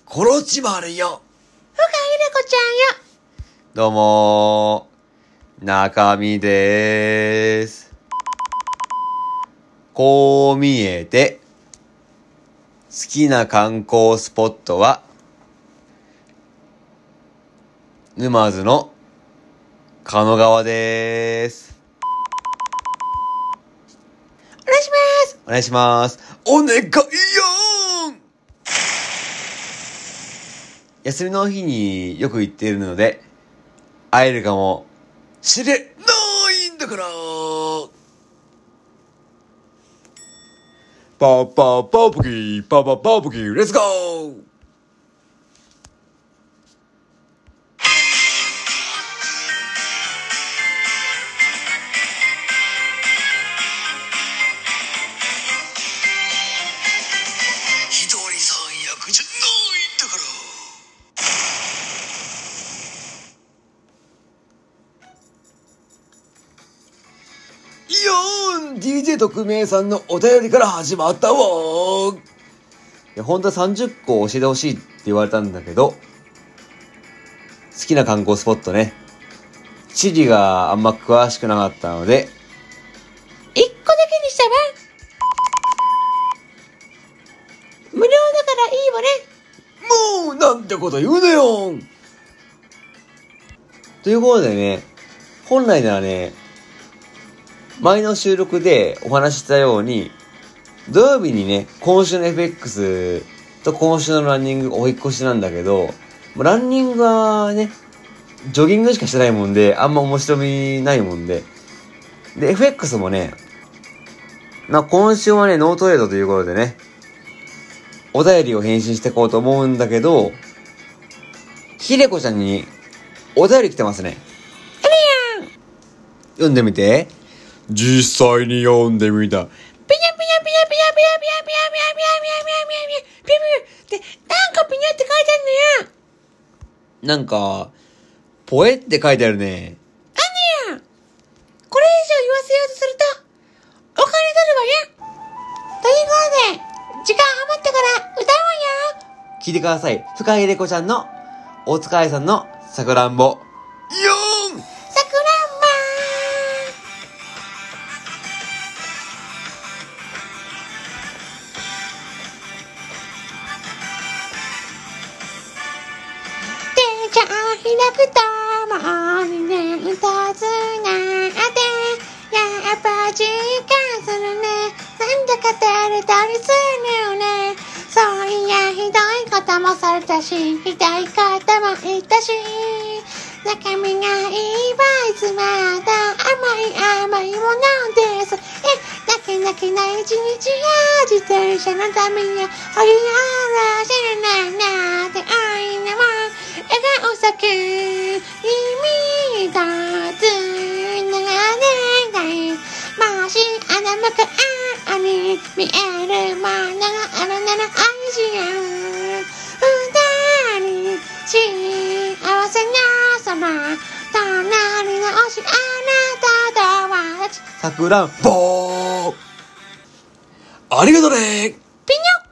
コロチマルよ。 深井玲子ちゃんよ。 どうも中身でーす。こう見えて好きな観光スポットは沼津の狩野川でーす。 お願いします。 お願いします。お願いよー。休みの日によく行っているので会えるかもしれないんだから。パパパプキーパパパプキーレッツゴー。一人三役じゃないんだから。DJ 特命さんのお便りから始まったわー。いや、本当は30個教えてほしいって言われたんだけど、好きな観光スポットね、地理があんま詳しくなかったので、 1個だけにしたわ。無料だからいいわね。 もうなんてこと言うのよ。ということでね、本来ならね、前の収録でお話ししたように、土曜日にね、今週の FX と今週のランニングお引っ越しなんだけど、ランニングはね、ジョギングしかしてないもんで、あんま面白みないもんで、で、FX もね、今週はね、ノートレードということでね、お便りを返信していこうと思うんだけど、ひでこちゃんにお便り来てますね。読んでみて。実際に読んでみた。 ピニャピニャピニャピニャピニャピニャピニャピニャピニャピニャピニャピニャピニャピニャってなんかピニャって書いてあるのよ。 なんか、ポエって書いてあるね。 あんねや。これ以上言わせようとするとお金取るわよ。ということで時間余ったから歌うわよ。 聞いてください。深井玲子ちゃんの大塚愛さんのさくらんぼ。4！ さくらんぼ電車を開くともう2年経つがあってやっぱ実感するね。なんだか照れたりするよね。そういやひどいこともされたしひどいことも言ったし中身がいいバイスまだ甘いものです。泣き泣きな一日や自転車のために折り合わせるなんて愛のも笑顔咲く君がつながれないもしあの向こうに見えるものがあるなら愛しよう二人幸せなそば隣の推しあなたとはさくらんぼ。ありがとね。